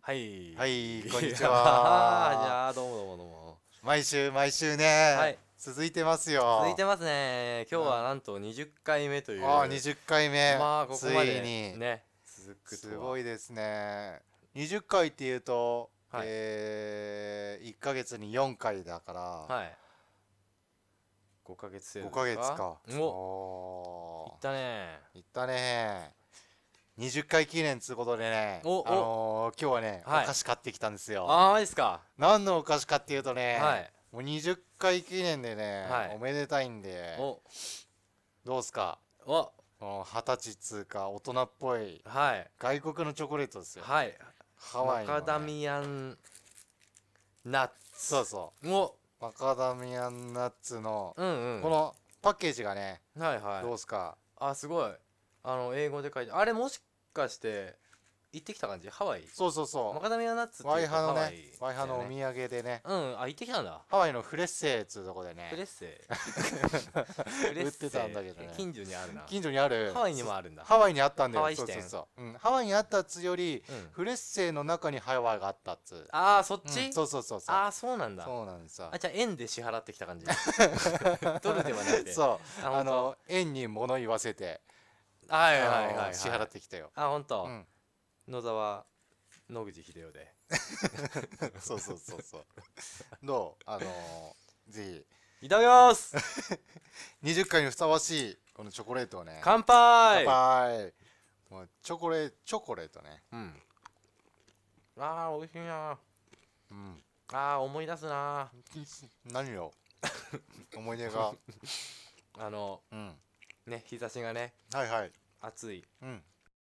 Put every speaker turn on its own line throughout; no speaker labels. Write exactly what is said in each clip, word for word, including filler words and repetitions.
はい。
はい、こんにち
じゃ
は。
あ、どうもどうもどうも。
毎週毎週ね、
はい。
続いてます
続いて
よ。
ますね。今日
なん
はなんとにじゅっかいめと
ああ、
いう。
にじゅっかいめ、
まあ、ここ
つ
まで
いに。
ね、続く
す
とは。
ごいですね。にじゅっかいっていうと、
はい。
えー、いっかげつによんかいだから、
はい。ごかげつ程度で
5
すか？
ヶ月か。
お、いっ
お
たね。
ー、いったね。にじゅっかい記念つうことでね、
お、
あ
お、
のー、今日はね、お
はい。
菓子買ってきたんですよ。
ああ、いいっすか。
何のお菓子かっていうとね、
はい。
もうにじゅっかい記念でね、
はい。
おめでたいんで、
お、
どうすか？
お、
この二十歳っつうか大人っぽい
はい。
外国のチョコレートですよ。
はい。
ハ
マ
ワイのね。
カダミアンナッツ。
そうそ
お、
う。マカダミアンナッツの、
うんうん。
このパッケージがね、
はいはい。
どうすか？
あ、すごい。あの、英語で書いて、あれもしかして、行ってきた感じハワイ？
そうそうそ
マカダミアナッツっ
う。ワイ
ていうと
ハのね、
ハワイ
ワイハのお土
だよね。
産でね、
うん、あ、行ってきたんだ。
ハワイのフレッセーっつうとこでね、
フレッセフレッセ
売ってたんだけどね。
近所にあるな。
近所にある。
ハワイにもあるんだ。
ハワイにあったんだよ。
ハワイ支店。
そうそうそう。うん。ハワイにあったっつより、
うん。
フレッセーの中にハワイがあったっつ。
ああ、そっ
うん、
ち、
そうそうそうそう。
ああー、そうなんだ。
そうなんですさ。
あ、じゃあ円で支払ってきた感じ。ドルではなくて。
そう。
あ、ほんと。
あの、円に物言わせて、
はい
あ
はいはいはい。
の支払ってきたよ。
あ、ほんと。
うん。
野沢、野口英世で。
そうそうそうそう。どうあのー、ぜ
いただきます
ひ、にじゅっかいにふさわしい、このチョコレートをね。
乾杯。
乾杯。もうチョコレート、チョコレートね。
うん。ああ、美味しいな。
うん。
ああ、思い出すな。
何よ。思い出が。
あの、
うん。
ね、日差しがね、
はいはい。
暑い。
うん。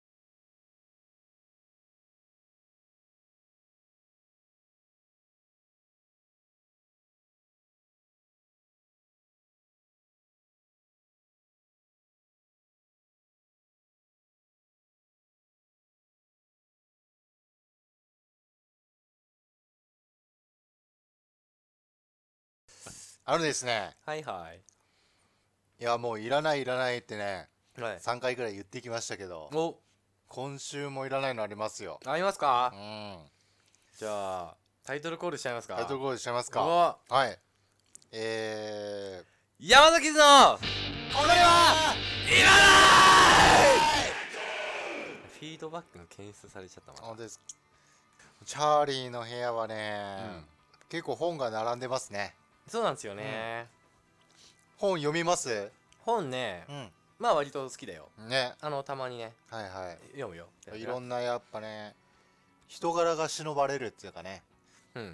あのですね。
はいはい。
いや、もういらないいらないってね、
はい。
さんかいぐらい言ってきましたけど、
お、
今週もいらないのありますよ。
あります
う
か？
ん。
じゃあ、タイトルコールしちゃいますか？
タイトルコールしちゃいますか？
お、
はい。え
山崎のこれはいらないフィードバックが検出されちゃった
ー、
ま
あです。チャーリーの部屋はね、
うん
結構本が並んでますね。
た。そうなんですよね。
本読みます？
本ね、
う
まあ割と好きだよ。
ん。ね。
あの、たまにね、
はいは
読むよ。
い。いろんなやっぱね、人柄が忍ばれるっていうかね。
うん。
うん。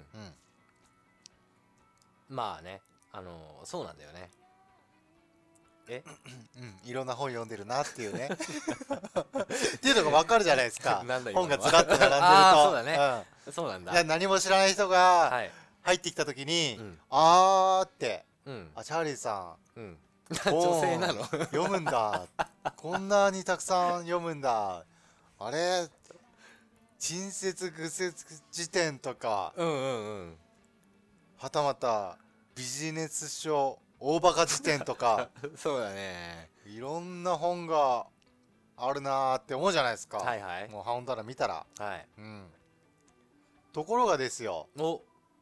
まあね、あのー、そうなんだよね。え
うん、いろんな本読んでるなっていうねっていうのが分かるじゃないですか。
なんだ今のは
本がずらっと並んでると
あーそうだねそうなんだ。
うん、いや何も知らない人が
はい。
入ってきた時に、
うん。
あーって
うん。
あチャーリーさ
うん。
ん
女性なの
読むんだこんなにたくさん読むんだあれ陳説愚説辞典とか
うんうんうん。
はたまたビジネス書大バカ辞典とか
そうだね。
いろんな本があるなーって思うじゃないですか。
はいはい。
もうハウンダラ見たら。
はい。
うん。ところがですよ。
お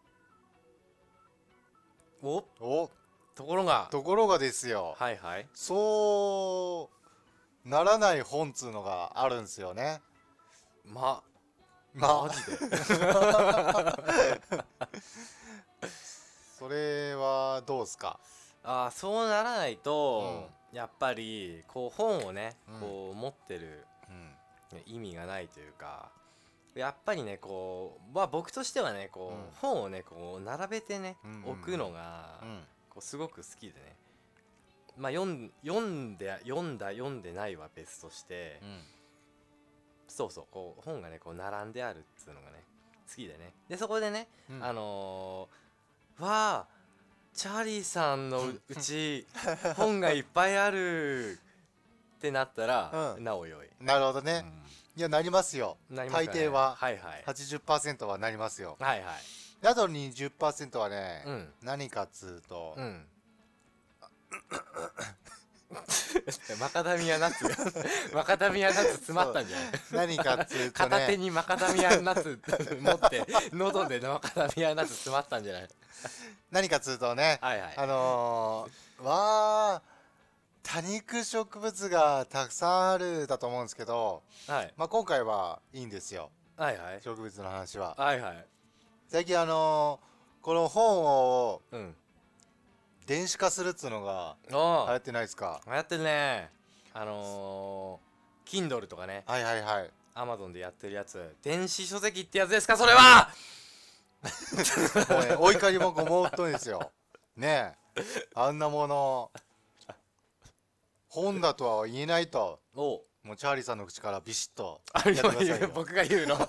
お
お
ところが。
ところがですよ。
はいはい。
そうならない本っつうのがあるんですよね。
ま、
ま
マジで
それはどうですか？
ああ、そうならないと、やっぱりこう本をね、
うん
こう持ってる
うん
意味がないというか、やっぱりねこう、まあ僕としてはねこう、
うん
本をねこう並べてね、
うんうんうん
置くのが、
うん
こうすごく好きでね、まあ読ん読んで読んだ読んでないは別として、
うん
そうそうこう本がねこう並んであるっていうのがね好きでね、でそこでね、
うん
あのー、わあチャーリーさんのうち本がいっぱいあるってなったら、
うん
なおよい、
なるほどね。
うん
いやなりますよ。
なりますかね。
大抵は
はいはい
はちじゅっパーセントはなりますよ。
はいはい。
あとにじゅっパーセントはね、
うん
何かっつうと、
うんマカダミアナッツがマカダミアナッツ詰まったんじゃない
何かっつうと
片手
ね
にマカダミアナッツ持って喉でマカダミアナッツ詰まったんじゃない
何かっつうとね
はいはい
あのー、わー多肉植物がたくさんあるだと思うんですけど、
はい
まあ、今回はいいんですよ
はいはい
植物の話は。
はいはい
最近あのー、この本を
うん
電子化するっつうのが
おー
流行ってないですか？
流行ってるねあのー、Kindle とかね
はいはいはい。
Amazon でやってるやつ電子書籍ってやつですかそれは
もうねお怒りもごもっとんですよねえあんなもの本だとは言えないと
お
もうチャーリーさんの口からビシッと
あ
やってくださいよ
僕が言うの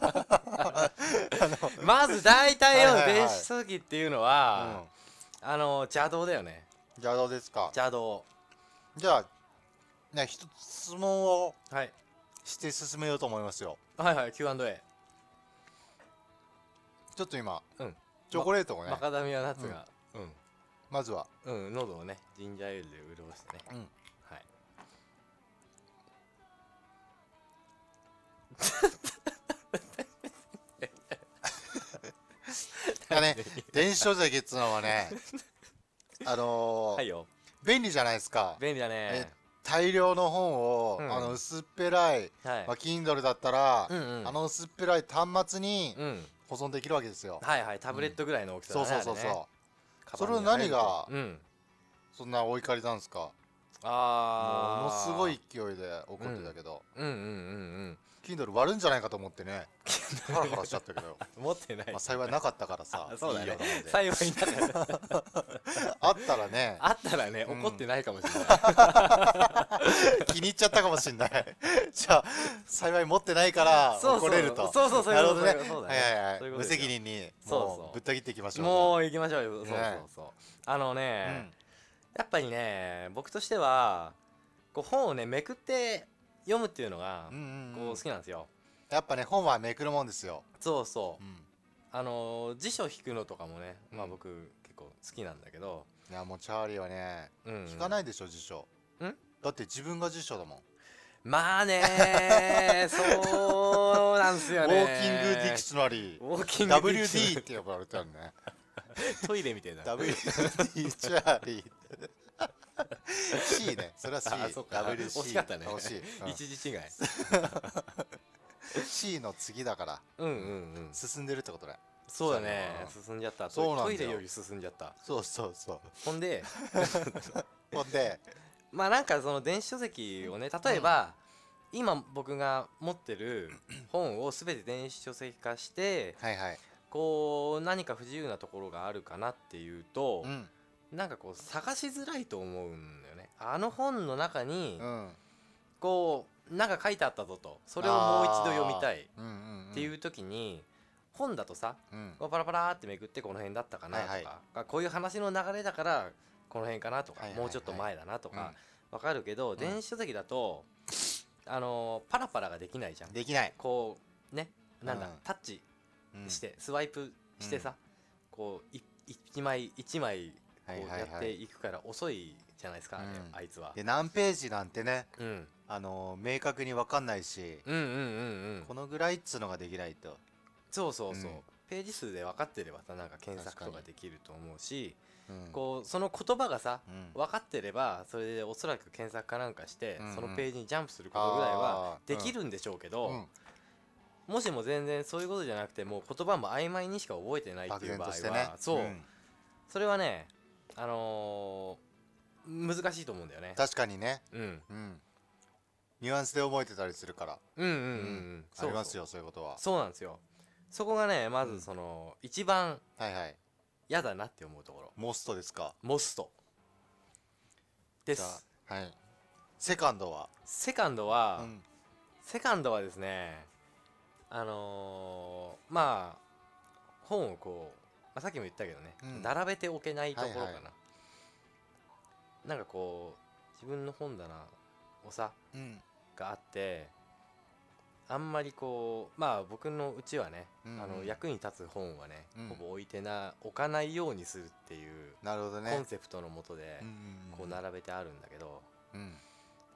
まず大体の
はいはいはい
電子書籍っていうのは、あの邪道だよね
うん、じゃあどうですか？
邪道
じゃあね一つ質問を
はい
して進めようと思いますよ。
はいはい キューアンドエー
ちょっと今、
うん
チョコレートをね、
マカダミアナッツが
まずは、
うん、うん、喉をねジンジャーエールで潤してね
うん、
はい
だね電子書籍っつうのはねあのー
はいよ
便利じゃないですか。
便利だ
え
ね
大量の本を、
うん
あの薄っぺらい、
はい
まあ、Kindle だったら、
うんうん
あの薄っぺらい端末に
うん
保存できるわけですよ。
はいはいタブレットぐらいの大きさ
そう
だね
そうそうそう、
あれね
それの何が
カバンに入るとうん
そんなお怒りなんですか？も
あ
のすごい
い
勢いで怒ってたけど、
うんうんうんうん
Kindle 割るんじゃないかと思ってねハラハラしちゃったけど
持ってない
まあ幸いなかったからさ
あそうだね
いいよなので
幸いなかった
あったらね
あったらね
うん
怒ってないかもしれない
気に入っちゃったかもしんないじゃあ幸い持ってないから
そうそう
怒れると。
そうそうそういうこと
なるほどね
そうだ
はいはいはい
そういうことですよ
無責任に
そうそう
もうぶった切っていきましょう。
もう行きましょうよそうそう
ね
そうあの
う
ね
ん
やっぱりね僕としてはこう本をねめくって読むっていうのが
うんうん
こ
うん
う好きなんですよ
やっぱね本はめくるもんですよ。
そうそう
うん
あのー辞書引くのとかもねまあ
うん
僕結構好きなんだけど
いやもうチャーリーはね
うん
聞かないでしょ辞書。
ん
だって自分が辞書だもん。
まあねーそうなんす
ウォ
よね
ーキングディクショナリー
ウォーキングディク
ダブリューディ
ショナリ
ー って呼ばれてるね
ートイレみたいな
ダブリューディー チャーリーC ねそれは C
あそうか
ダブリューシー
惜しかったね
惜しい、うん
一時違い
C の次だから
うんうんうん
進んでるってことだよ。
そうだね進んじゃった
そうなんだよ
トイレより進んじゃった
そうそうそう
ほんで
ほんで
まあなんかその電子書籍をね例えば、今僕が持ってる本を全て電子書籍化して
はいはい
こう何か不自由なところがあるかなっていうと
う、ん
なんかこう探しづらいと思うんだよね。あの本の中に
うん
こうなんか書いてあったぞとそれをもう一度読みたいっ
うんうんうん
ていう時に本だとさ
うん
こうパラパラってめくってこの辺だったかなとか、
はいは
こういう話の流れだからこの辺かなとか、
はいはいはい
もうちょっと前だなと
うん
かわかるけど、
ん
電子書籍だとあのーパラパラができないじゃん。
できない
こうねなんだ、
うん
タッチ
うん
して、スワイプしてさ、こうい一枚一枚こ
はいはいはい
うやっていくから遅いじゃないですか、あれ
うん
あいつは、
で何ページなんてね
うん、
あのー明確に分かんないし
うんうんうんうん
このぐらいっつうのができないと。
そうそうそう、
うん
ページ数で分かってればさなんか検索と
確かに
かできると思うし
うん
こうその言葉がさ
うん
分かってればそれでおそらく検索かなんかして、
うんうん
そのページにジャンプすることぐらいは
あー
できるんでしょうけど、
うん
もしも全然そういうことじゃなくてもう言葉も曖昧にしか覚えてないっていう場合は、
漠然としてね
そう、
ん
それはねあのー難しいと思うんだよね。
確かにね
うん、
うんニュアンスで覚えてたりするから
うんうんうんうん、
うんあ
そうそう
りますよそういうことは。
そうなんですよ。そこがねま
うん
ずその、一番
はいはい
嫌だなって思うところ
モストですか。
モストで
じゃ
す。
あはいセカンドは
セカンドは、
うん
セカンドはですねあのーまあ本をこう、まあ、さっきも言ったけどね、
うん
並べておけないところかな、
はいはい
なんかこう自分の本棚をさ
うん
があってあんまりこうまあ僕のうちはね、
うんうん
あの役に立つ本はね、
うん
ほぼ置いてな置かないようにするっていう
なるほどね
コンセプトのもとで
うんうんうん
こう並べてあるんだけど、
うん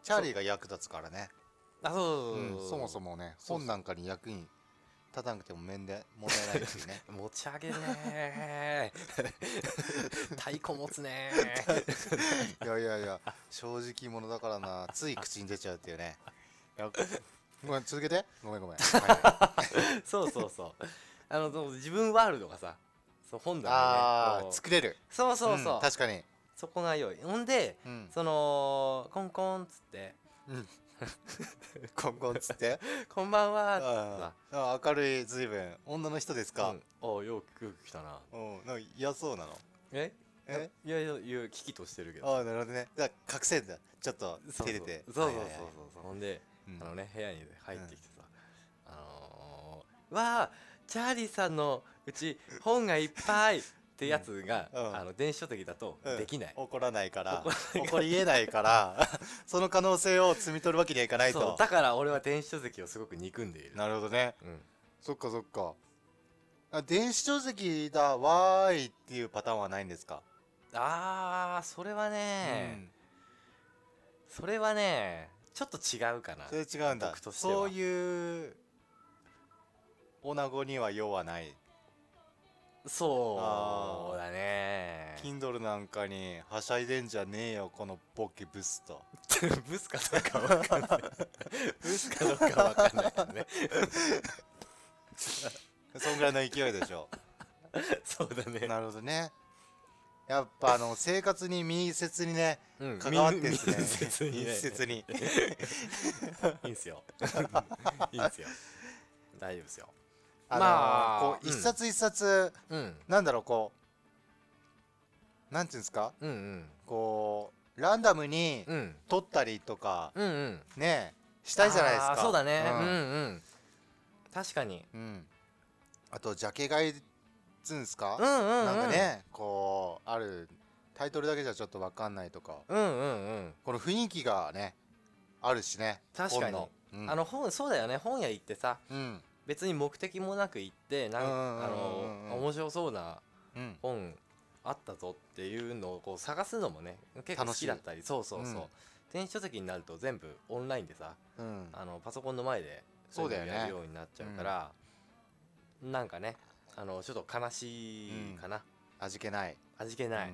チャーリーが役立つからね。
あそうそうそう
うん
そう、
そもそもね
そうそう
本なんかに役に立たなくても問題問題ないっていうね
持ち上げねー太鼓持つね
いやいやいや正直者だからなつい口に出ちゃうっていうね。いやごめん続けてごめんごめん、は
ーそうそうそうあのそう自分ワールドがさそう本
い、
棚
ああ
にねこう
作れる。
そうそうそう、
ん確かに。
そこが良い。ほんで
うん
そのコンコンっつって
うんコンコンっつって
こんばんはーっつ
あ
って
ーあ明るい随分女の人です
さ、
か。
うん、およくよく来たな。
うんなんか嫌そうなの。
え
え
いやいやいや危機としてるけど
ああなるほどね。だから隠せんだちょっと
そうそう
照れて。
そうそうそうそう
はいはいはい
そうほんで、
うん
あのね部屋に入ってきてさ、あのー、わあチャーリーさんのうち本がいっぱいってやつが、
うんうん
あの電子書籍だと
うん
できない、
怒らないから
怒らない
怒りえないからその可能性を摘み取るわけにはいかない
そう
と。
だから俺は電子書籍をすごく憎んでいる。
なるほどね。
うん
そっかそっか。あ電子書籍だわーいっていうパターンはないんですか。
あーそれはね、それはねちょっと違うかな。
それ違うんだ。
僕としては
そういう女子には用はない。
そうだね
Kindle なんかにはしゃいでんじゃねえよこのボケブスと。
ブスかどうかわかんないブスかどうかわかんないよね
そんぐらいの勢いでしょ。
そうだね
なるほどね。やっぱあの生活に密接にね
うん
関わってんすね。
密接にね
密接に。
いいんすよいいんすよ大丈夫ですよ。
あの
まあ
こう
うん
一冊一冊
うん
なんだろうこうなんていうんですか
うんうん
こうランダムに
うん
撮ったりとか
うんうん
ねしたいじゃないですか。
あーそうだねうん
うん
うん確かに
うんあとジャケ買いっつうんですか
うんうんうん
なんかねこうあるタイトルだけじゃちょっとわかんないとか
うんうんうん
この雰囲気がねあるしね。
確かに
本のうん
あの本そうだよね本屋行ってさ
うん
別に目的もなく行ってなん
うんうんうんうん
あの面白そうな
うん
本あったぞっていうのをこう探すのもね結構好きだったりそうそうそう、
うん
電子書籍になると全部オンラインでさ
うん
あのパソコンの前で
そうだよね
やるようになっちゃうから、なんかねあのちょっと悲しいかな、
味気ない。
味気ない、
うん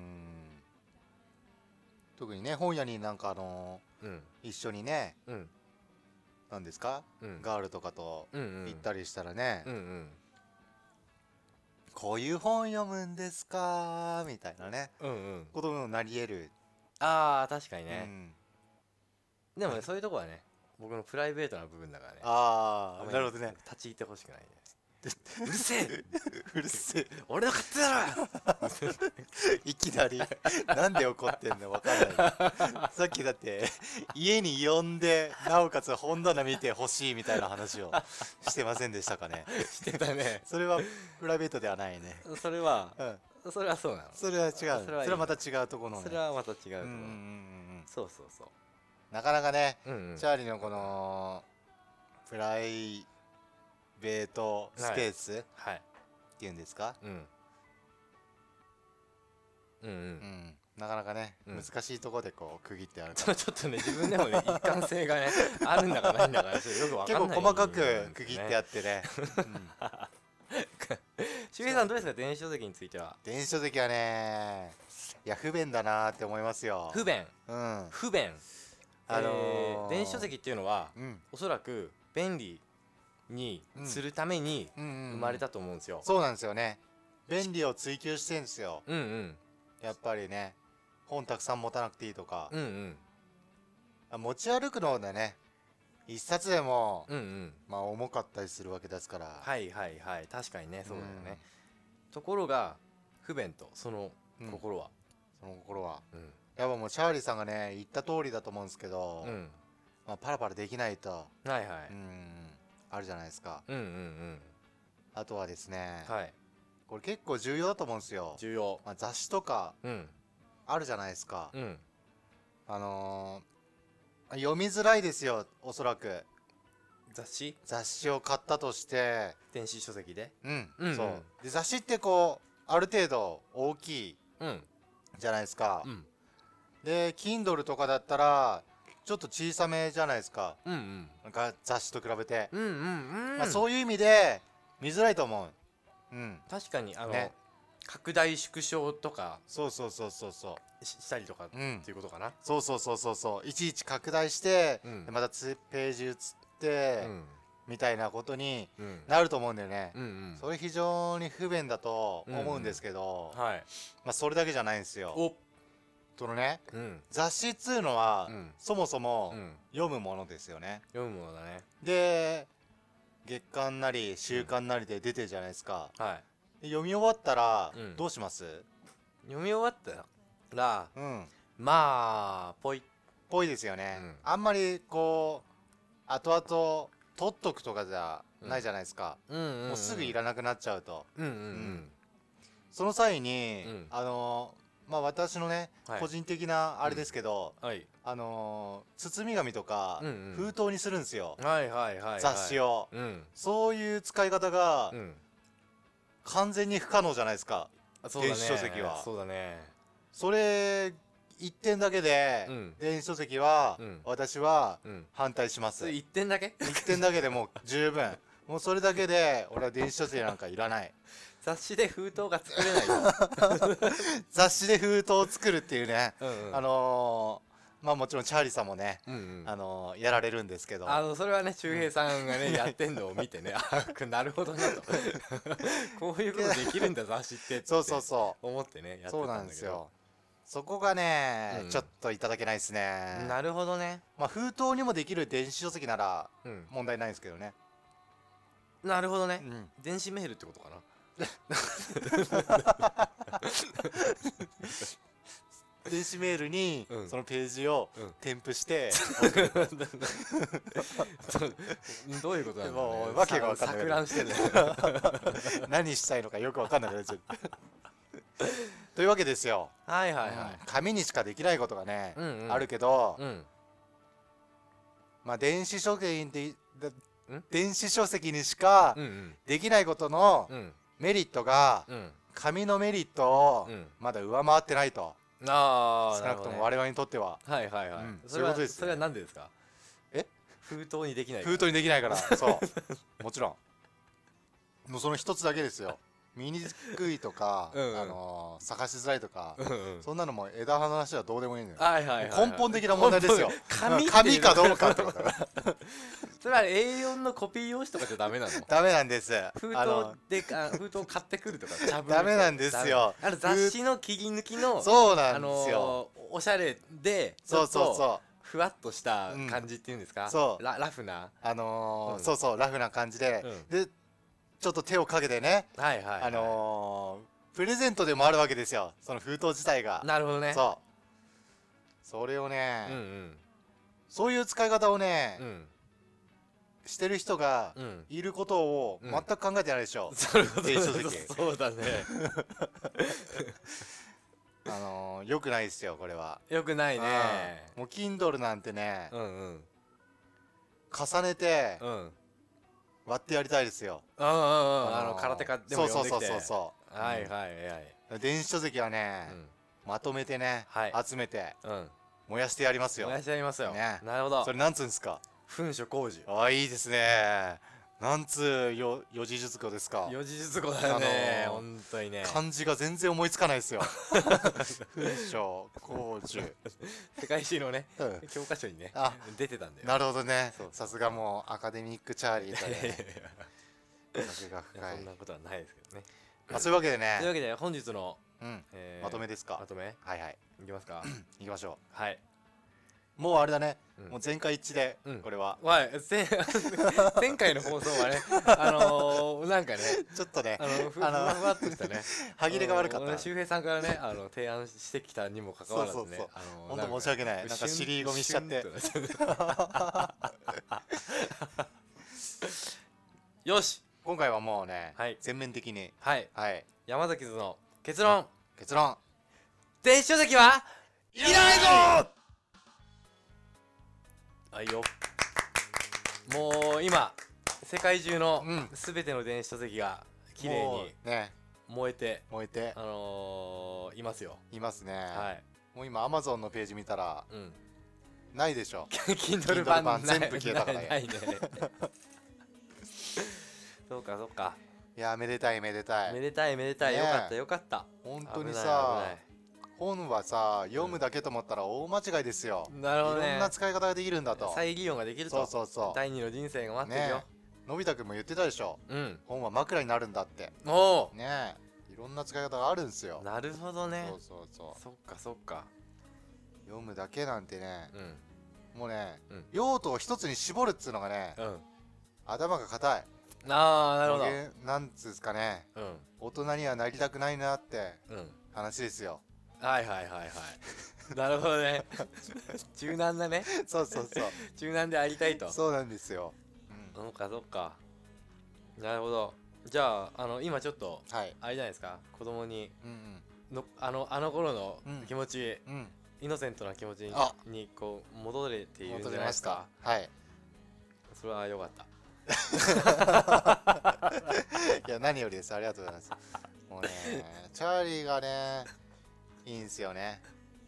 特にね本屋になんかあの
うん
ー一緒にね
うん
なんですか
うん
ガールとかと
うんうん
行ったりしたらね、
うんうん
こういう本読むんですかみたいなね
うんうん
ことにもなり得る。
あー確かに
う
ね、
ん
でもねそういうとこはね僕のプライベートな部分だからね
ああ
あんまり
なるほどね。
立ち入ってほしくないねうるせえ
うるせえ
俺の勝手だろ
いきなりなんで怒ってんのわかんないさっきだって家に呼んでなおかつ本棚見てほしいみたいな話をしてませんでしたかね。
してたね
それはプライベートではないね。
それは
うん
それはそうなの
それは違う
それはいい
それはまた違うところのね。
それはまた違うと思う、
うんうんうんうん
そうそうそ
なかなかね
ううんうん
チャーリーのこのプライベートスペースっ
はい
ていうんですか、
うんうんう
うんん、なかなかね、
うん
難しいところでこう区切ってあるか
ちょちょっとね自分でもね一貫性がねあるんだかないんだかねちょっとよくわ
ら
かんない
結構細かく区切ってあってね、うん
しゅうへいさんどうですか電子書籍については。
電子書籍はねいや不便だなって思いますよ。
不便
うん
不便
あのー
えー電子書籍っていうのは
うん
おそらく便利にするために
うんうんうん
生まれたと思うんですよ。
そうなんですよね。便利を追求してんですよ
うんうん
やっぱりね。本たくさん持たなくていいとか、
うんうん
あ持ち歩くのでね一冊でも、
うんうん
まあ重かったりするわけですから。
はいはいはい確かにねそうだよね。ところが不便とその
うん
心は。
その心は
うん
やっぱもうチャーリーさんがね言った通りだと思うんですけど、
うん
まあ、パラパラできないと、
はいはい
うんあるじゃないですか。
うんうんうん
あとはですね、
はい
これ結構重要だと思うんですよ。
重要。
まあ、雑誌とか
うん
あるじゃないですか。
うん
あのー読みづらいですよおそらく。
雑誌
雑誌を買ったとして
電子書籍で
うん、
うんうん
そうで雑誌ってこうある程度大きい
うん
じゃないですか、
うん
で Kindle とかだったらちょっと小さめじゃないですか、
うんうん
なんか雑誌と比べて、
うんうんうん、
まあ、そういう意味で見づらいと思う。うん、
確かにあの、
ね、
拡大縮小とか
そうそうそうそうそ
ししたりとかっ
う、うん
ていうことかな。
そうそうそうそうそう、いちいち拡大して、
うん
でまたつページ移って、
うん
みたいなことに
うん
なると思うんだよね、
うんうん
それ非常に不便だと思うんですけど、
はい
まあそれだけじゃないんですよ。
お
そのね、
うん
雑誌っつうのは、
うん
そもそも
うん
読むものですよね。
読むものだね。
で月刊なり週刊なりで出てるじゃないですか、
はい
で読み終わったら
うん
どうします？
読み終わったら
うん
まあぽい
ぽいですよね、
うん
あんまりこう後々取っとくとかじゃないじゃないですか、
うんうんうん
もうすぐいらなくなっちゃうと、
うんうんうん
その際に、
うん
あのーまあ私のね、
はい
個人的なあれですけど、
はい
あのー包み紙とか、
うんうん
封筒にするんですよ、
はいはいはいはい
雑誌を、
うん
そういう使い方が
うん
完全に不可能じゃないですか。
あそうだね
電子書籍は
そうだね
それ一点だけで、
うん
電子書籍は、
うん
私は
うん
反対します。
それ一点だけ
一点だけでもう十分もうそれだけで俺は電子書籍なんかいらない。
雑誌で封筒が作れないよ
雑誌で封筒を作るっていうね、
うんうん
あのー、まあもちろんチャーリーさんもね、
うんうん
あのーやられるんですけど、
あのそれはね周平さんがねやってんのを見てねあなるほどなとこういうことできるんだ雑誌ってって
そうそうそ
思ってねやってた
うそうなん
んだけど
ですよ。そこがね、
うん
ちょっといただけないですね。
なるほどね
まあ封筒にもできる電子書籍なら
うん
問題ないんですけどね、
なるほどね
うん、
電子メールってことかな
電子メールに
うん
そのページを
うん
添付して、
そうどういうことなんだろうね
もうわけがわかんない
錯乱してるね
何したいのかよくわかんなくなっちゃうというわけですよ、
はいはいはい
うん紙にしかできないことがね、
うんうん
あるけど、
うん
まあ電子書籍でだ
ん
電子書籍にしか
うんうん
できないことの
うん
メリットが
うん
紙のメリットを
うん
まだ上回ってないと、
ああ
少なくとも我々にとっては
はいはいはい、
うん
それは
そういうことですよね
それは何でですか？
え
封筒にできない
封筒にできないからそうもちろんもうその一つだけですよ。見にくいとか、
うんうん
あのー探しづらいとか、
うんうん
そんなのも枝葉の話はどうでもいいのよ。
はいはいはいはい
根本的な問題ですよ。
紙って
紙かどうかってことだ
それは エーよん のコピー用紙とかじゃダメなの？
ダメなんです。
封
あの
筒であ封筒買ってくるとか茶封
ダメなんですよ
ダメあの雑誌の切り抜きの
そうな
あ
んですよ。
のーおしゃれで
そうそう
ちょっと
そう。
ふわっとした感じっていうんですか？
そう
ララフな
あのー
うん
そうそうラフな感じで、
うん
でちょっと手をかけてね、
はいはいはい
あのープレゼントでもあるわけですよ。その封筒自体が。
なるほどね
そう。それをね、
うんうん
そういう使い方をね、
うん
してる人が
うん
いることを
うん
全く考えてないでしょ。
そういうこと
電子書籍
そうだね
あのー、よくないですよこれは。
よくないね
うんもう Kindle なんてね、
うんうん
重ねて
うん
割ってやりたいですよ。
うんうんうんあ
ー
の空手家でも
そうそうそう
呼んできて
そうそう。
はいはいはい
うん電子書籍はね、まとめてね、
はい
集めて
うんうん
燃やしてやりますよ
お。願いしますよ
ね
なるほど
それなんつうんですか？
噴所工事
ああいいですね。なんつうよ四字熟語ですか？
四字熟語だよね
あのー
本当にね
漢字が全然思いつかないですよ。文章工事。
世界史のね
うん
教科書にね
あ
出てたんだよ
なるほどね
そう。
さすがもうアカデミックチャーリーと
いやいやいや
ね。学が深い
そん。なことはないですけどね
まあそういうわけで
というわ
ね、
けで本日の
うん、
えー
まとめですか
ま。とめ
はいはい。
いきますか
行きましょ
はい、
う。もうあれだね。
うん
もう全会一致で
うん
これは
わいせ前回の放送はねあのー、なんかね
ちょっとね
あのふふ
あの
わふわっとしたね
歯切れが悪かっ
あの
た。
周平さんからねあの提案してきたにもかかわらずね
そうそうそう
あの
本当申し訳ないなんか
シュン
尻込みしちゃって
シュンとなっちゃうよし
今回はもうね、
はい
全面的に
はい
はい
山崎図の結論
結論。
電子書籍はいないぞあいいよもう今世界中の
うん
すべての電子書籍が綺麗
も
に
うね
燃えて
燃えて
あのー、いますよ
いますね。
はい
もう今アマゾンのページ見たら
うん
ないでしょ。
Kindle 版
Kindle 版全部消えたから
ないないねそうかそうか。
いやめでたいめでたい。
めでたいめでたい、
ねえ
よかったよかった。
本当に
危ない
さ本はさ読むだけと思ったら大間違いですよ、
危ない。なるほどね。
いろんな使い方ができるんだと。
再利用ができると。
そうそうそう。
第二の人生が待ってるよ。
ねのび太くんも言ってたでしょ、
うん。
本は枕になるんだって
お
ねえ。いろんな使い方があるんですよ。
お。なるほどね。
そうそうそう。
そっかそっか。
読むだけなんてね、
うん。
もうね、
うん
用途を一つに絞るっつうのがね、
うん。
頭が硬い。
ああなるほど。
予言なんつうんですかね、
うん
大人にはなりたくないなって
うん。
話ですよ。
はいはいはいはい。なるほどね。柔軟だね。
そうそうそう
柔軟でありたいと。
そうなんですよ、うん、
そうかそうか。なるほど。じゃああの今ちょっと
はい。
あれじゃないですか。子供に
うん
のあのあの頃の
うん
気持ち、
うんうん。
イノセントな気持ちに
あ
にこう戻れているんじ
戻
ゃないです
りました。
か。
はい。
それは良かった。
いや何よりです。ありがとうございます。もうねチャーリーがねいいんすよね。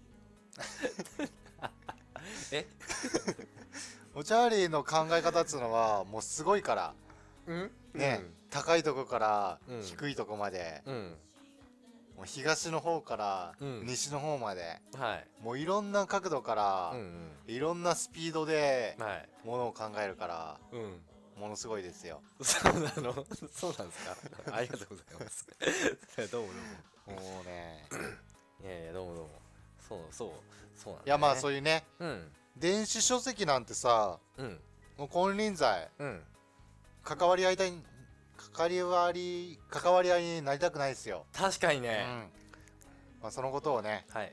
え？
もうチャーリーの考え方っつうのはもうすごいから
うん？
ね、高いとこから
うん
低いとこまで、
うん。うん。
もう東の方から
うん
西の方まで、
はい。
もういろんな角度から、
うん
いろんなスピードで
うん。はい。
ものを考えるから
うん。
ものすごいですよ。
そうなの？そうなんですか。ありがとうございます。どうもどうも。
もうね
いやいやどうもどうも。そうそうそうなんだ、ね。
いやまあそう
いう。
いうね
うん
電子書籍なんてさ
うん
もう金輪際
うん。
関わり合いたい関わり合い関わり合いになりたくないですよ、うん
確かにね。
まあ、そのことをね
はい。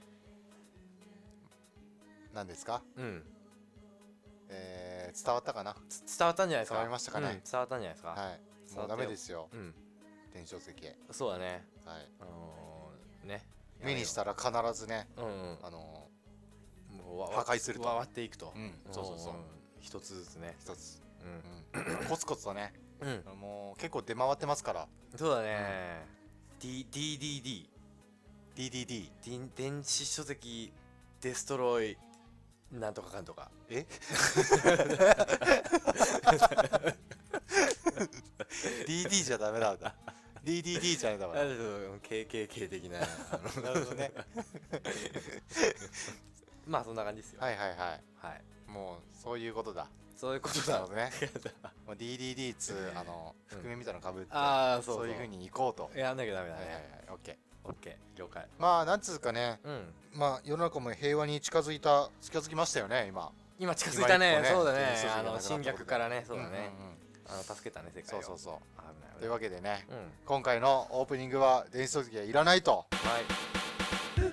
何ですか、
うん。
えー、伝わったかな。
つ伝わったんじゃないですか。
伝わりましたかね
うん伝わったんじゃないですか。
はいもうダメですよ
うん。
電子書籍、はい、
そうだね。あのー、ね。
目にしたら必ずね
うんうん。
あの
もうわ
破壊すると
わ割っていくと。
ー、うんそうそうそうん
一つずつね。
一つ、
う
うん、コツコツとね
ん。うん。
もう結構出回ってますから
そうだね。D D D D
ディーディーディー
電電子書籍デストロイなんとかかんとか。
えディーディー じゃダメなんだ ディーディーディー じゃダメだ
あそう ケーケーケー 的な。あの
なるほどね
まあそんな感じですよ。
はいはいはい
はい。
もうそういうことだ
そういうことだ
なるほ。どねもう ディーディーディー つうあの
うん
覆面みたいなのかぶって
ああそうそう。
そういう風に行こうと
やんなきゃダメだ
はいはいはい
ね。
オッケー
オッケー了解。
まあなんつうかね
うん。
まあ世の中も平和に近づいた近づきましたよね今
今近づいたね。
今一歩ね
そうだね
電子書籍。がなくな
あの
ったことで
侵略からね。そうだね。
んんん
あの助けたね世界を。
そうそうそう
危ない危ない。
というわけでね
うん。
今回のオープニングは電子書籍はいらないと
はい。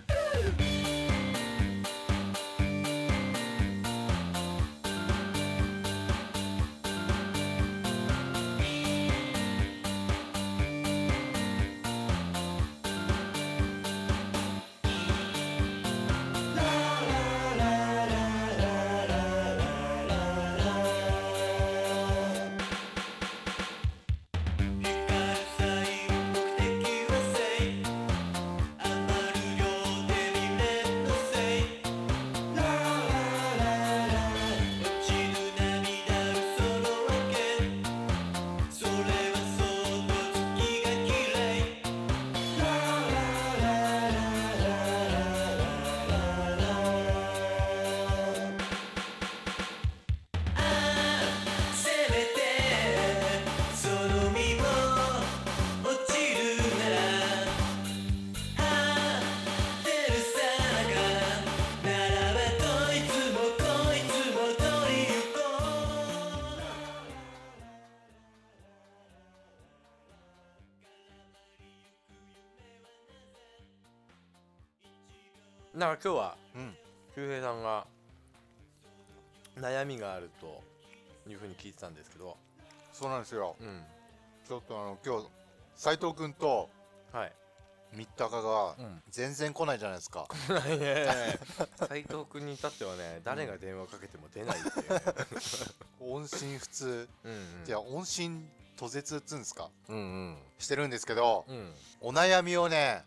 なんか今日は
うん
周平さんが悩みがあるというふうに聞いてたんですけど。
そうなんですよ
うん。
ちょっとあの今日斉藤君と
はい。
三鷹が
うん。
全然来ないじゃないですか
ないね。斉藤君に至ってはね、誰が電話かけても出ないっていうね。
音信不通
うんうん。
いや音信途絶っつうんですか
うんうん。
してるんですけど
うん。
お悩みをね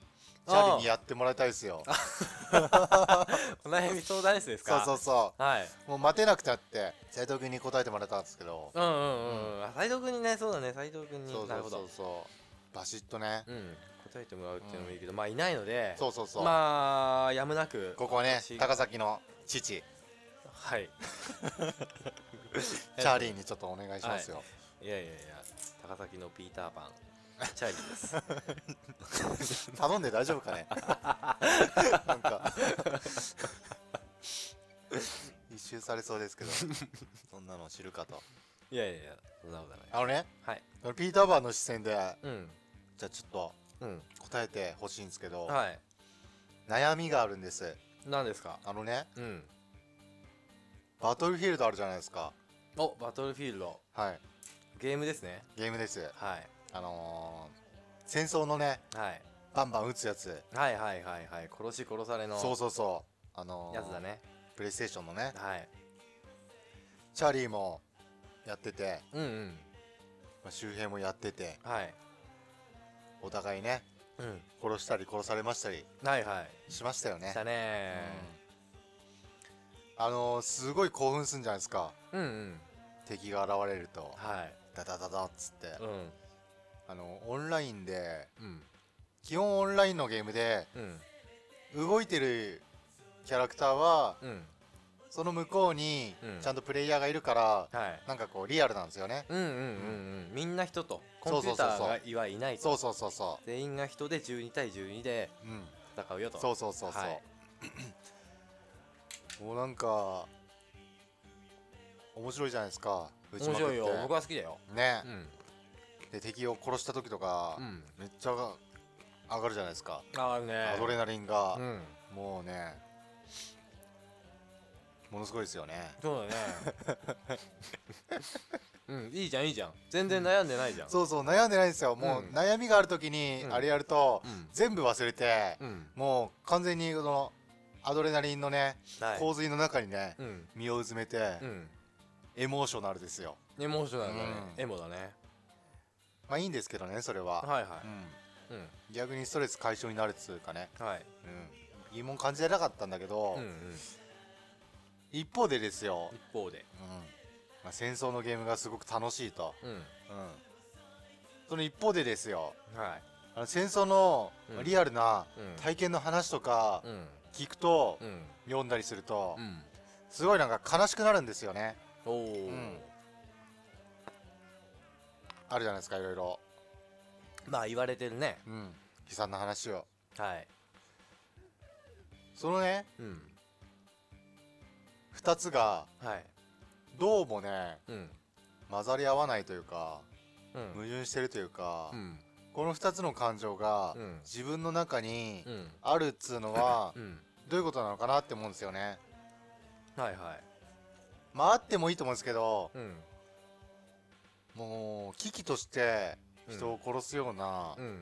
チャリにやってもらいたいですよ。
お悩み相談室です
そう
か？
そうそ
はい。
う、もう待てなくなって斉藤君に答えてもらったんですけど、
うんうんうんうん。あ、斉藤君にね、そうだね、斉藤君に。
そうそう
なるほど。
そうそうバシッとね、
うん。答えてもらうっていうのもいいけど、まあいないので、
そうそうそう、
まあやむなく
ここはね
私
高崎の父
はい。
チャーリーにちょっとお願いしますよ。
いやいやいや、高崎のピーターパンチャーリーです。
頼んで大丈夫かね。なんか一周されそうですけど、そんなの知るかと。
いやいやいや、そんなことない。
あのね、
はい。
このピーターパンの視線で
うん
じゃあちょっと
うん。
答えてほしいんですけど、
はい。
悩みがあるんです。
何ですか？
あのね、
うん。
バトルフィールドあるじゃないですか。
お、バトルフィールド。
はい、
ゲームですね。
ゲームです。
はい
あのー、戦争のね
はい
バンバン撃つやつ、
はいはいはいはい。殺し殺されの
そうそうそう、あのー、
やつだね。
プレイステーションのね、
はい。
チャーリーもやってて、
うんうん。
まあ、周平もやってて、
はい。
お互いね
うん。
殺したり殺されましたり
はいはい。
しましたよね。
したね
うん、あのー、すごい興奮するんじゃないですか、
ー。うんうん。
敵が現れると
はい。
ダダダダっつって、
うん
あのオンラインで
うん
基本オンラインのゲームで
うん
動いてるキャラクターは
うん
その向こうに
うん
ちゃんとプレイヤーがいるから、
はい。
なんかこうリアルなんですよね。
うんうんうんうん。みんな人とコンピューターがいはいないと。
そうそうそうそ
全員が人でじゅうにたいじゅうにで
う、うん、
戦うよと。
そうそうそうそう、
はい
もうなんか面白いじゃないですか、打ち
面
まくって
白いよ。僕は好きだよ。
ね
う、ん
で敵を殺した時とか、
うん。
めっちゃ上がるじゃないですか、
ああね。
アドレナリンが、
うん。
もうねものすごいですよね。
そうだね。うん、いいじゃんいいじゃん。全然悩んでないじゃん。
そうそう悩んでないんですよ。もう
うん
悩みがある時に
うん
あれやると、
うん
全部忘れて、
うん。
もう完全にそのアドレナリンのね、
はい。
洪水の中にね、
うん
身をうずめて、
うん。
エモーショナルですよ。
エモーショナルだね。
うん
エモだね。
まあいいんですけどね、それは、
はいは
うん、
い。うん。
逆にストレス解消になるっつうかね、
はい。
うん、疑問感じてなかったんだけど、
うんうん。
一方でですよ、
一方で。
うんまあ、戦争のゲームがすごく楽しいと、
うん。
うん、その一方でですよ、
はい。
あの戦争の
うん
リアルな
うん。
体験の話とか
うん。
聞くと、
うん。
読んだりすると、
うん。
すごいなんか悲しくなるんですよね。
おお。
んあるじゃないですか、いろいろ、
まあ言われてるね。
うん、悲惨な話を。
はい。
そのね
うん。
ふたつが
はい。
どうもね
うん。
混ざり合わないというか、
うん。
矛盾してるというか、
うん。
このふたつの感情が
うん
自分の中に
うん。
あるっつうのは
うん。
どういうことなのかなって思うんですよね。
はいはい。
まああってもいいと思うんですけど、
うん。
もう危機として人を殺すような
うん。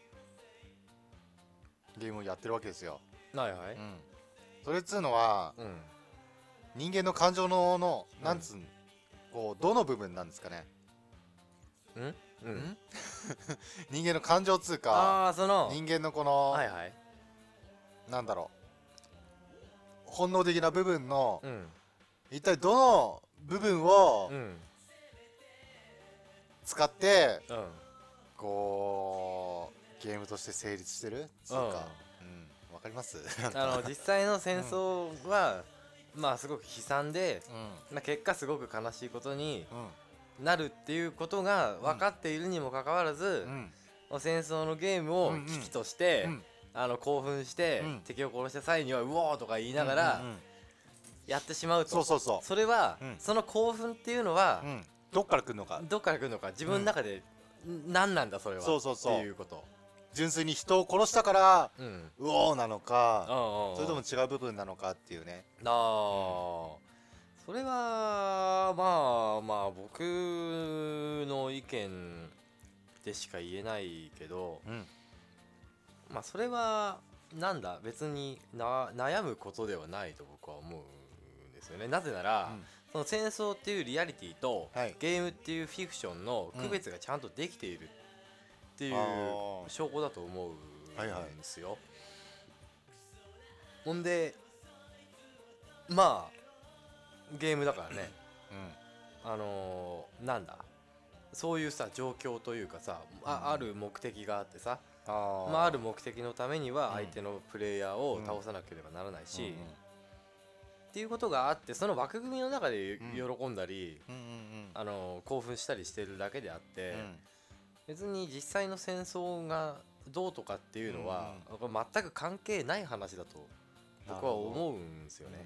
ゲームをやってるわけですよ。
はいはい。
うん、それっつうのは
うん。
人間の感情のの
うん
なんつうの、こうどの部分なんですかね。
うん。うん。
人間の感情っつうか、
ああ、その。
人間のこの、
はいはい。
なんだろう、本能的な部分の
うん。
一体どの部分を
うん。
使って
うん。
こうゲームとして成立してるっつうか、うん、わかります？
あの実際の戦争は、まあすごく悲惨で、
うん
まあ、結果すごく悲しいことに
うん
なるっていうことが分かっているにもかかわらず、
うん
戦争のゲームを
うんうん
危機として、
うん
あの興奮して、
うん
敵を殺した際にはうおーとか言いながら
うんうんうん
やってしまうと、
そうそうそ
それは、
うん
その興奮っていうのは
う、うん、どっから来るのか、
どっから来るのか自分の中で、ん何なんだそれは
そうそうそう
っていうこと。
純粋に人を殺したから
うん
うおーなのか、
ああ
それとも違う部分なのかっていうね。
ああ、それはまあまあ僕の意見でしか言えないけど、
うん
まあそれはなんだ別にな悩むことではないと僕は思うんですよね。なぜなら、
うん
その戦争っていうリアリティと、
はい
ゲームっていうフィクションの区別がちゃんとできているっていう
あー
証拠だと思うんですよ。 ほんでまあゲームだからね、
うん
あのー、なんだそういうさ状況というかさ、あ、
うん
ある目的があってさ、
あー
まあ、ある目的のためには
うん
相手のプレイヤーを倒さなければならないし、
うん
っていうことがあってその枠組みの中で喜んだり、
うんうんうん
あのー興奮したりしてるだけであって、
うん
別に実際の戦争がどうとかっていうのは、これ全く関係ない話だと僕は思うんですよね。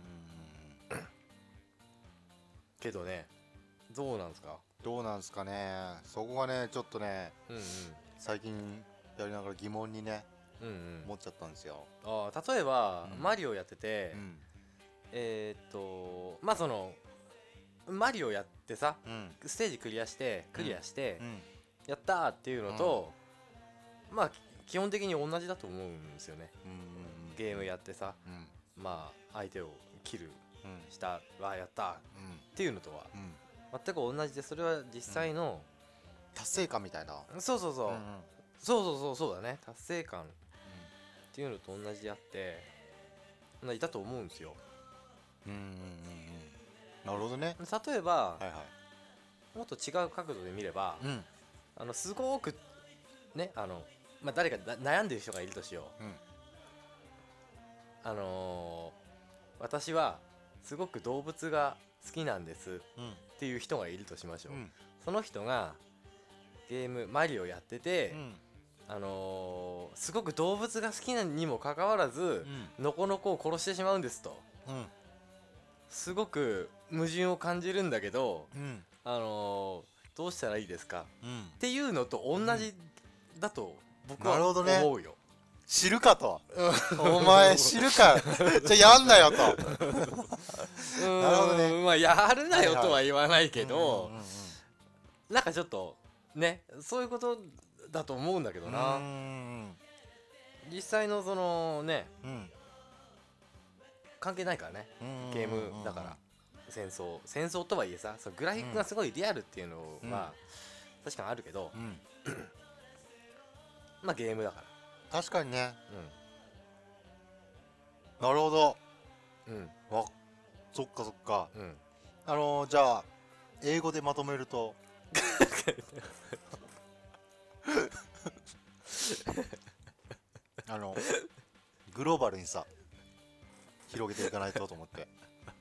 けどねどうなんですか。
どうなんですかね。そこがねちょっとね
うんうん
最近やりながら疑問にね
うんうん
思っちゃったんですよ。
あー例えば、
うん
マリオやってて、
うん
えーっとまあそのマリオやってさ
うん
ステージクリアしてクリアして、
うん
やったーっていうのと、まあき基本的に同じだと思うんですよね。
うん
ゲームやってさ、
うん
まあ相手をキル
うん
したわやったーっ
うん
ていうのとは
うん
全く同じで、それは実際の、
達成感みたいな。
そうそうそう、
うんうん
そうそうそうそうだね、達成感っていうのと同じであって同じだと思うんですよ。
うんうんうんうんなるほどね。
例えば、
はいはい
もっと違う角度で見れば、
うん
あのすごくねあの、まあ、誰かな悩んでる人がいるとしよう。
うん
あのー私はすごく動物が好きなんです
うん
っていう人がいるとしましょう、
うん
その人がゲームマリオやってて、
うん
あのーすごく動物が好きなにもかかわらず、
うん
ノコノコを殺してしまうんですと、
うん
すごく矛盾を感じるんだけど、
うん
あのーどうしたらいいですか
うん
っていうのと同じだと僕は
なるほどね
思うよ。
知るかとお前知るかじゃあやんなよと。
うーん
なるほどね
まあやるなよとは言わないけど、
うんうんうん
なんかちょっとねそういうことだと思うんだけどな。
うん
実際のそのね
うん
関係ないからね、
うん
ゲームだから戦争戦争とはいえさ、そのグラフィックがすごいリアルっていうのは確かにあるけど、
うん
まあゲームだか
確かにね。
ら
なるほど。
うんうん
わそっかそっか。
うん
あのー、じゃあ英語でまとめるとあのグローバルにさ広げていかないとと思って。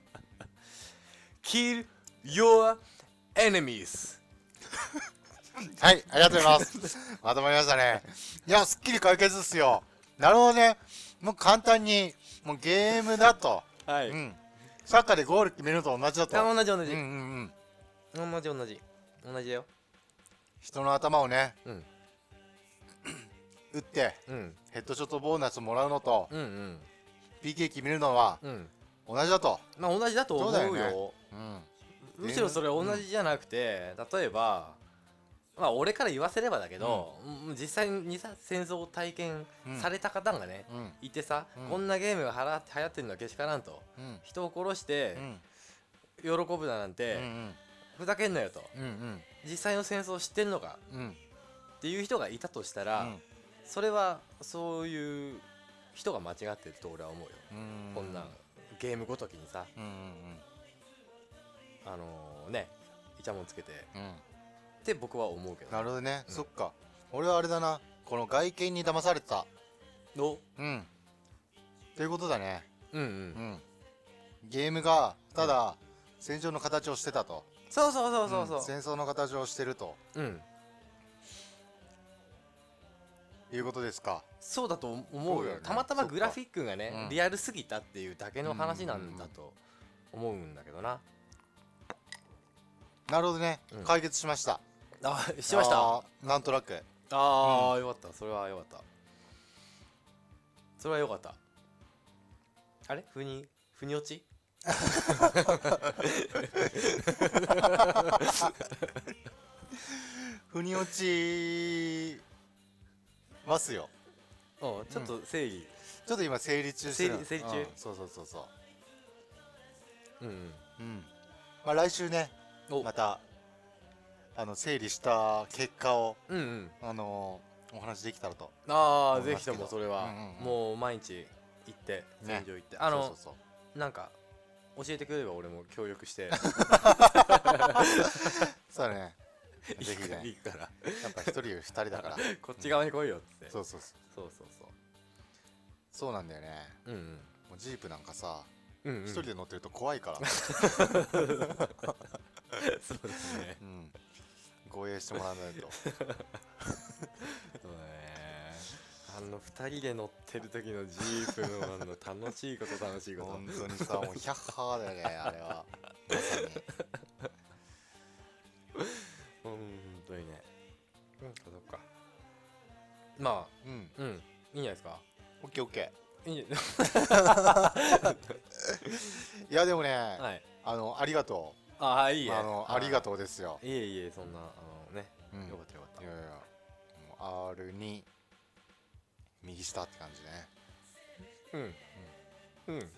Kill your enemies
はいありがとうございますまとまりましたね。いやすっきり解決っすよ。なるほどね。もう簡単にもうゲームだと、
はい、
うん、サッカーでゴール決めるのと同じだと。
あ同じ同じ、
うんうんうん
同じ同じ同じだよ。
人の頭をね
うん
打って
うん
ヘッドショットボーナスもらうのと
うんうん
ピーケー 決めるのは
うん
同じだと。
まあ同じだと思うよ。
そうだようん
むしろそれ同じじゃなくて、例えばまあ俺から言わせればだけど、うん実際にさ戦争を体験された方がね、
うん
いてさ、
うん
こんなゲームがはら流行ってるのはけしからんと、
うん
人を殺して
うん
喜ぶだなんて、
うん
ふざけんなよと、
うんうん
実際の戦争を知ってるのか
うん
っていう人がいたとしたら、
うん
それはそういう人が間違ってると俺は思うよ、
うん
こんなゲームごときにさ
うんうん
あのーねイチャモンつけて
うんうん
って僕は思うけど、
なるほどね、
うん
そっか。俺はあれだな、この外見に騙されてた。
お
うんということだね。
うんうん、
うんゲームがただ戦場の形をしてたと。
そうそうそうそうそう、
ん戦争の形をしてると
うん
いうことですか。
そうだと思うよ。
そうだよね
たまたまグラフィックがね、
うん
リアルすぎたっていうだけの話なんだと思うんだけどな。
なるほどね、
うん
解決しました。
あしました。あ
あーなんとなく。
あー、よかった、それはよかった。それはよかった。あれふにふに落ち
腑に落ちますよ。
うんちょっと整理、
ちょっと今整理中してる。
整理整理中
うんそうそうそうそ
うんうん
う。うんまあ来週ね
お
またあの整理した結果を
うんうん
あのーお話できたらと。
ああぜひ
思いますけど
ともそれは、
うんうんうん
もう毎日行って
ね
戦場行ってあの
そうそうそう
なんか教えてくれれば俺も協力して
そうだねぜひね
行くから
やっぱ一人より二人だから
こっち側に来いよっつって、
そうそうそう
そうそうそう
そうなんだよね。
うんうん
もうジープなんかさ
うんうん
一人で乗ってると怖いから
そうですね
うん護衛してもらわないと
そうだねあの二人で乗ってる時のジープのあの楽しいこと楽しいこと
本当にさもうヒャッハーだよねあれはまさに
本当にねうんそっかま
うん
あうんいいんじゃないですか
オッケーオッケ
いいんじゃ
ーいやでもね、
はい
あのありがと
ああいいうえ
あのありがとうですよ、
いえいえそんなあのね
うん、
よかったよかった
いやいやもう アール に右下って感じね
うんうん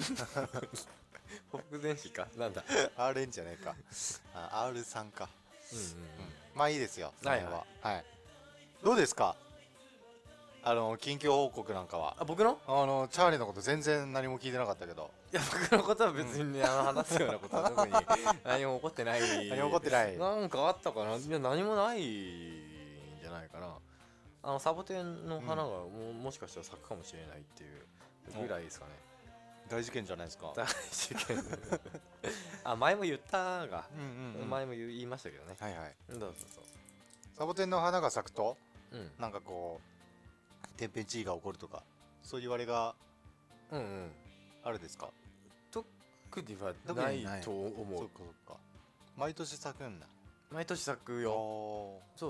北前市かなんだ
アールエヌ じゃないかあ アールスリー か、
うんうん
うん、まあいいですよその辺は
はい
はい、どうですかあの近況報告なんかは
あ僕の
あのチャーリーのこと全然何も聞いてなかったけど
いや僕のことは別にね、あの話すようなことは特に何も起こってない
何も起こってない
なんかあったかないや何もないんじゃないかなあのサボテンの花がも,、もしかしたら咲くかもしれないっていうぐらいですかね
大事件じゃないですか
大事件あ前も言ったが、
うんうん、うん、
前も言いましたけどね
はいはい
どうぞ
サボテンの花が咲くと
どうぞ
なんかこう天変地異が起こるとかそういう言われが
うんうんうん
あるですか
特には
特にない
ないと思
そうっかそっか毎年咲くんだ
毎年咲くよ
お
そう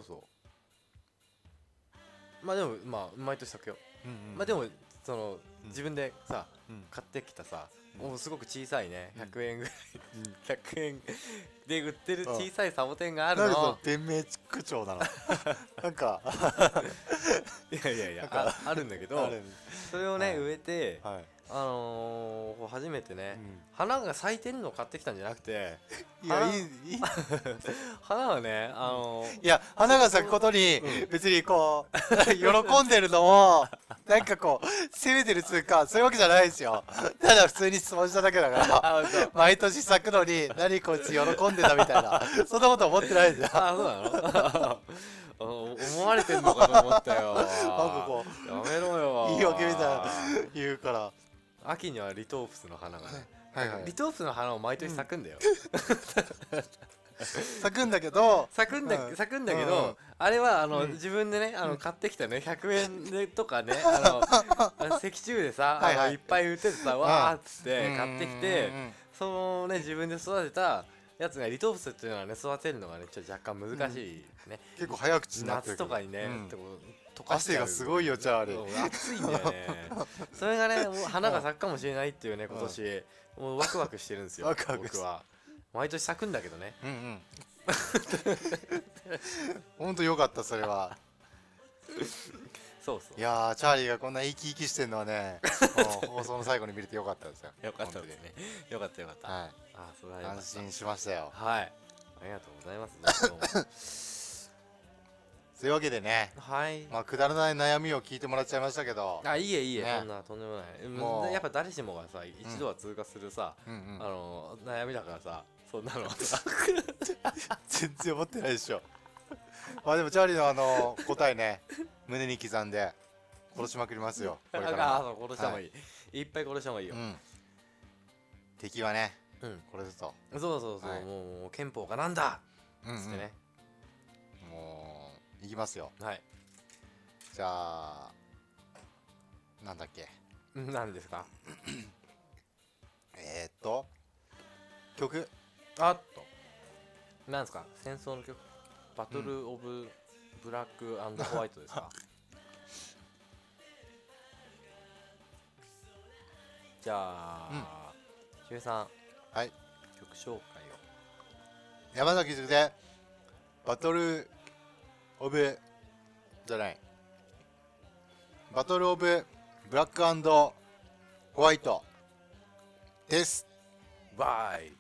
そうまあでもまあ毎年咲くよ、
ー、うんうん、
まあでもその、
うん
自分でさ
うん
買ってきたさ、
うん
もうすごく小さいね
うん
ひゃくえんぐらい、
うん
ひゃくえんで売ってる小さいサボテンがある
なんでその
の
店名区長なのなんか
いやいやいや
なんか
ああるんだけ
あ
ど
る
それをね、
はい
植えて
はい、
あのーこう初めてね、
うん
花が咲いてるのを買ってきたんじゃなくて
いや
花
いいいい
花はねあのー
いや花が咲くことに
うん
別にこう喜んでるのもなんかこう責めてるつうかそういうわけじゃないですよただ普通に質問しただけだから
あそう
毎年咲くのに何こいつ喜んでたみたいなそんなこと思ってないですよ
あそうなのあ思われてんのかと思ったよ
なんかこ
やめろよ
言い訳みたいな言うから
秋にはリトープスの花がね
はいはい
リトープスの花も毎年咲くんだよ、
咲くんだけど
咲くんだ、
うん
咲くんだけど、
うんうん
あれはあの、
うん
自分でねあの買ってきたねひゃくえんでとかねあの石中でさ
はいはい
あのいっぱい売っててさ、わーっつって買ってきて、
うんうんうん
そのね自分で育てたやつがリトープスっていうのはね育てるのがねちょっと若干難しいね、
結構早口になってる
夏とかにね、
うん
てこう溶かしちゃう
汗がすごいよチャーリー
うん暑いんだよねそれがねもう花が咲くかもしれないっていうね今年、もうワクワクしてるんですよ
ワクワクして
僕は毎年咲くんだけどね
うんうんほんとよかったそれは
そうそう
いやーチャーリーがこんな生き生きしてるのはねもう放送の最後に見れてよかったですよ
よかったですねよかったよかった、
は
あそれはよかった
い安心しましたよ
はいありがとうございますどうも
というわけでね
はい
まあくだらない悩みを聞いてもらっちゃいましたけど
あいいえいいえ、
ね
そんなとんでもない
もう
もうやっぱ誰しもがさ一度は通過するさ、
うんうん
あの悩みだからさそんなの
全然思ってないでしょまあでもチャーリーのあの答えね胸に刻んで殺しまくりますよこれから
あそう殺した方がいい、い、っぱい殺した方がいいよ、
うん敵はね
うん
これですと
そうそうそう、
はい
もうもう憲法がなんだ
うんうん
っつってね、
もういきますよ
はい
じゃあなんだっけ
何ですか
えー、っと曲
あっとなんですか戦争の曲バトル・オブ・ブラック・アンド・ホワイトですかじゃあひゅうさん
はい
曲紹介を
山崎塾でバトルオブじゃないバトルオブブラックアンドホワイトです
バイ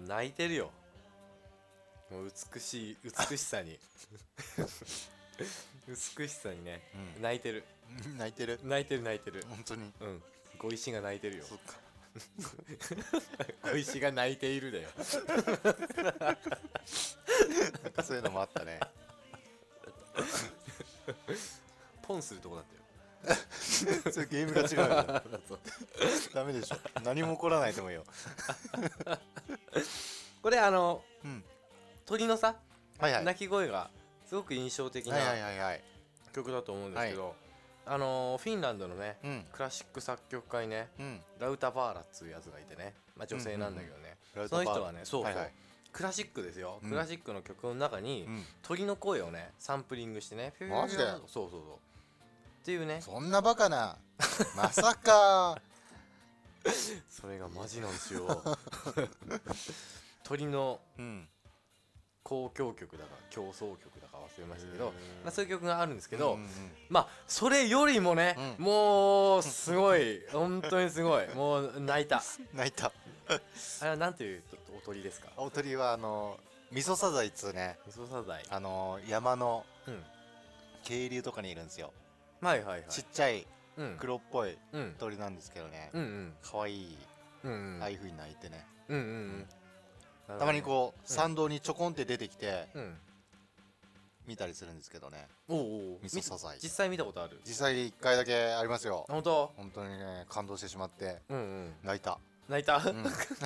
泣いてるよ。もう美しい美しさに美しさにね、
うん
泣いてる
泣いてる
泣いてる泣いてる。
本当に。
うん小石が泣いてるよ。
そっか。
小石が泣いているだよ。
なんかそういうのもあったね。
ポンするとこだったよ。
それゲームが違うよ。
そう
ダメでしょ。何も起こらないと思うよ。
これあの
うん。
鳥のさ、
はいはい。
鳴き声がすごく印象的な
はいはいはいはい。
曲だと思うんですけど、あのーフィンランドのね
うん
クラシック作曲家にね
うん。
ラウタバーラっつうやつがいてね、まあ女性なんだけどね、
ラウタバーラ
その人はねそうそう、
はいはい
クラシックですよ、
うん
クラシックの曲の中に、
うん。
鳥の声をねサンプリングしてね、
マジで
そうそうそうっていうね、
そんなバカな。まさか。
それがマジなんですよ。鳥の
うん。
交響曲だか競争曲だか忘れましたけど、
へー
まあ、そういう曲があるんですけど、
うんうん
まあそれよりもね、
うん
もうすごい本当にすごいもう泣いた。
泣いた。
あれはなんていうお鳥ですか？
お鳥はあのミソサザイっつうね、
ミソサザイ。
あの山の
うん
渓流とかにいるんですよ。
はいはいはい。
ちっちゃい
うん
黒っぽい
うん
鳥なんですけどね、
うんうん
可愛い
うんうん
ああいう風に鳴いてね、
うんうんうん
たまにこう
うん
参道にちょこんって出てきて
うんうん
見たりするんですけどね。
おうおう
ミソサザイ
実際見たことある？
実際いっかいだけありますよ。
本当？
本当にね感動してしまって
うんうん
泣いた。
泣いた？
うん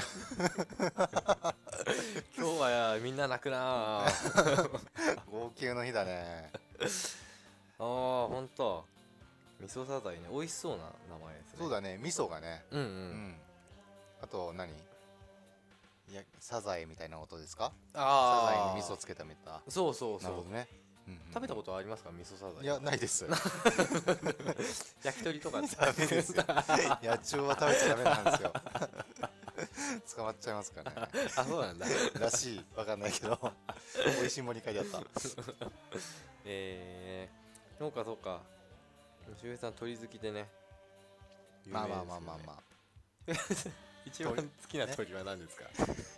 今日はみんな泣くなあ。
号泣の日だね。
ああほんとミソサザイね、美味しそうな名前ですね。
そうだね、味噌がね、
うんう
うんん、あと何、いやサザエみたいな音ですか？サザ
ああ
エに味噌つけたみた。
そうそうそう
なるほどね、うんうん、
食べたことありますか？ミソサザイ。
いやないです
焼き鳥とか
ダメですよ。野鳥は食べちゃダメなんですよ。捕まっちゃいますからね。
あそうなんだ。
らしい、わかんないけど美味しいもんに書いてあった。
えー、そうかそうか。しゅうへいさん鳥好きでね。有名
まあ
ですよね
まあまあまあまあ
一番好きな鳥は何ですか？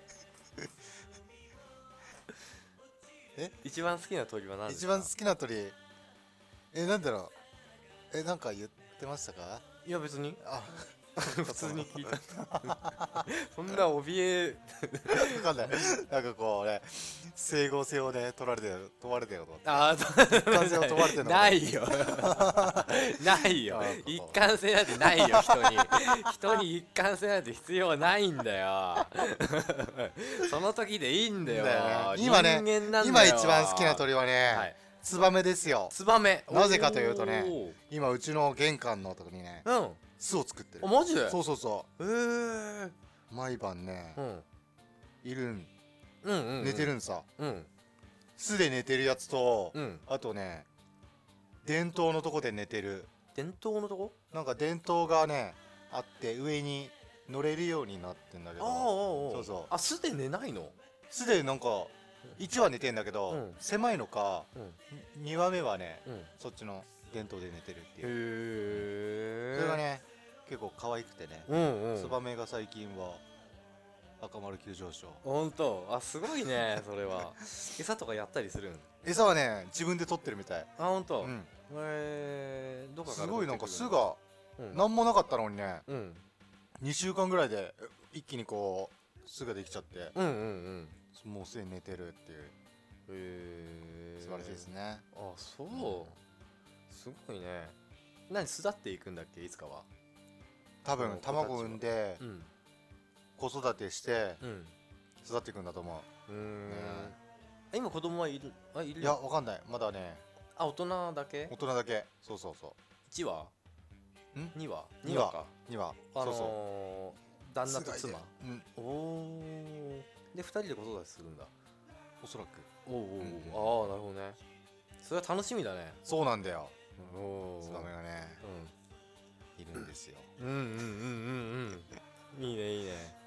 え
一番好きな鳥は何ですか？
一番好きな鳥、えなんだろう、えなんか言ってましたか？
いや別に
あ
普通に聞いた。そんな怯え
わかんない。なんかこうね、整合性をね取られてる問われてるよと思って。
あ
一貫性を問われてるのか
ないよ。ないよ
あ。
一貫性なんてないよ人に。人に一貫性なんて必要はないんだよ。その時でいいんだよ。
だよね今ね
人間なんだよ。
今一番好きな鳥はね、
はい。
ツバメですよ。
ツバメ。
なぜかというとね
おー
今うちの玄関のとこにね
うん。
巣を作ってる
あ。マジで？
そうそうそ
えー。
う、毎晩ね
うん。
いるん、
うんうんうん。
寝てるんさ。
うん
巣で寝てるやつと、
うん。
あとね電灯のとこで寝てる、
伝統のとこ？
なんか電灯がねあって上に乗れるようになってんだけ
ああああ。
ど、そうそう
あ、巣で寝ないの？
巣でなんかいちは寝てんだけど、
うん
狭いのか
うん
にわめはね
うん。
そっちの電灯で寝てるっていう、
へえ。
それがね結構可愛くてね、
うんうん。
ツバメが最近は赤丸急上昇。
ほんと、あ、すごいね、それは。餌とかやったりするん？
餌はね自分で取ってるみたい、
あ、ほんと。
うん、
えー、どっかから
すごいなんか
取ってくる
巣が
うん
何もなかったのにね
うん
にしゅうかんぐらいで一気にこう巣ができちゃって、
うんうんうん。
もうすでに寝てるっていう
へー。
素晴らしいですね。
あ、そう。すごいね。何、巣立っていくんだっけ、いつかは。
多分
この子たちは
卵産んで
うん。
子育てして
うん。
育っていくんだと思
うーん
ね。
あ今子供はいる？あ、いる
う。いやわかんない、まだね
あ、大人だけ
大？人だけ。そうそうそ
いちわ？
ん
にわ？
にわ
か。
うには
あ
そうそ
のー、旦
う
那と妻。
うん
おお。で、二人で子育てするんだ。
おそらく
おお、
うん
ああ、なるほどね。それは楽しみだね。
そうなんだよ。
おお。
ツバメがねいるんですよ。
うん。うんうんうんうんうん。いいねいいね。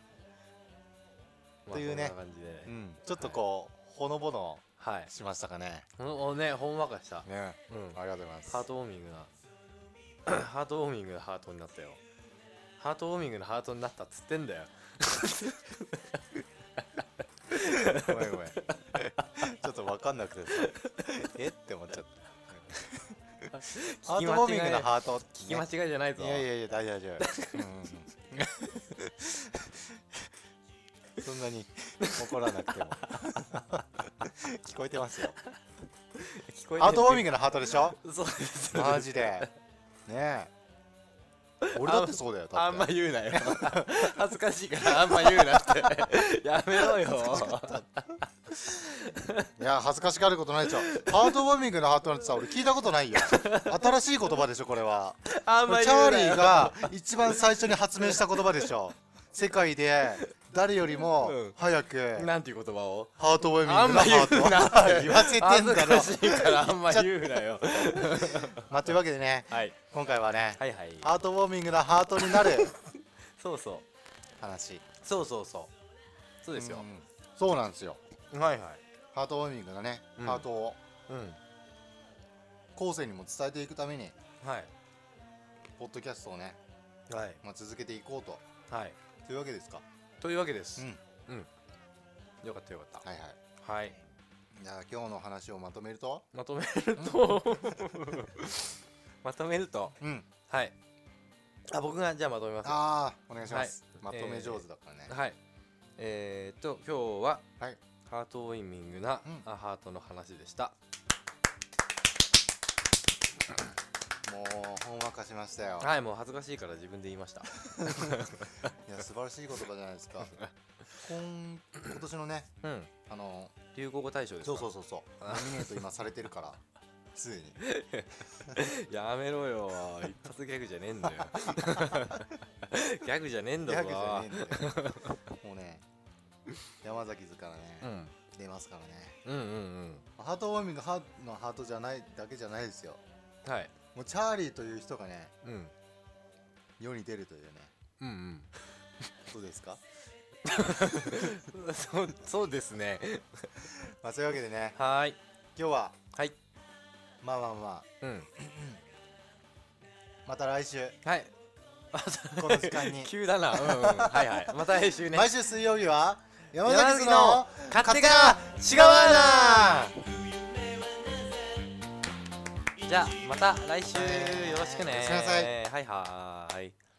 まあ
というね
そんな感じで。
うんちょっとこうほのぼの
はい。
しましたかね。
おおね、ほんわかした。
ね
うん。
ありがとうございます。
ハートウォーミングなハートウォーミングなハートになったよ。ハートウォーミングなハートになったっつってんだよ。
ごめんごめんちょっと分かんなくてさえって思っちゃったハートウォーミングのハートって、
聞き間違いじゃないぞ。
いやいやいや大丈夫大丈夫、うんうんうんそんなに怒らなくても聞こえてますよ。
聞こえてる
ハートウォーミングのハートでしょ。
そうです
マジでねえ俺だってそうだよ。だって
あんま言うなよ恥ずかしいからあんま言うなってやめろよ
いや恥ずかしがることないでしょ。ハートウォーミングのハートなんてさ俺聞いたことないよ。新しい言葉でしょこれは。
あんま
チャー
言うなよ
リーが一番最初に発明した言葉でしょ。世界で誰よりも
うん
早く
なんていう言葉を
ハートウォーミ
あんま
ングのハ
言うな
ート言わせてん
恥ず
だろ
かしいからあんま言うなよ
まあというわけでね
はい
今回はね
はいはい
ハートウォーミングのハートになる
そうそう
話
そうそうそうそうですよ
うんそうなんですよ。
はいはい
ハートウォーミングのね、
うん
ハートを
うん
後世にも伝えていくために
はい
ポッドキャストをね、
はい
まあ、続けていこうと
はい
というわけですか。
というわけです
うん
うんよかったよかっ
はいはい。
たはい
じゃあ今日の話をまとめると
まとめるとまとめると
うん
はいあ僕がじゃあまとめますよ
ああお願いします、
はい
まとめ上手だからね、
はいえー、っと今日は
はい
ハートウォーミングな、
うん
あハートの話でした
もうほんわかしましたよ。
はいもう恥ずかしいから自分で言いました
いや素晴らしい言葉じゃないですか。今今年のね
うん
あの
流行語大賞ですか
そうそうそうそうノミネート今されてるからすでに
やめろよ一発ギャグじゃねえんだよギャグじゃねえんだぞ
ギャグじゃねえんだよもうね山崎図からね、
うん
出ますからね。
うんうんうん
ハートウォーミングハートのハートじゃないだけじゃないですよ。
はい
もうチャーリーという人がね
うん
世に出るというね
うんうん
ことですか。
そうそうですね
まあそういうわけでね
はーい
今日は
はい
まあまあまあ
うん
また来週
はい
この時間に
急だなうんうんはいはいまた来週ね
毎週水曜日は山
山崎の
崎の
勝手が違うわなじゃあまた来週よろしくね
おやすみなさい
はいはーい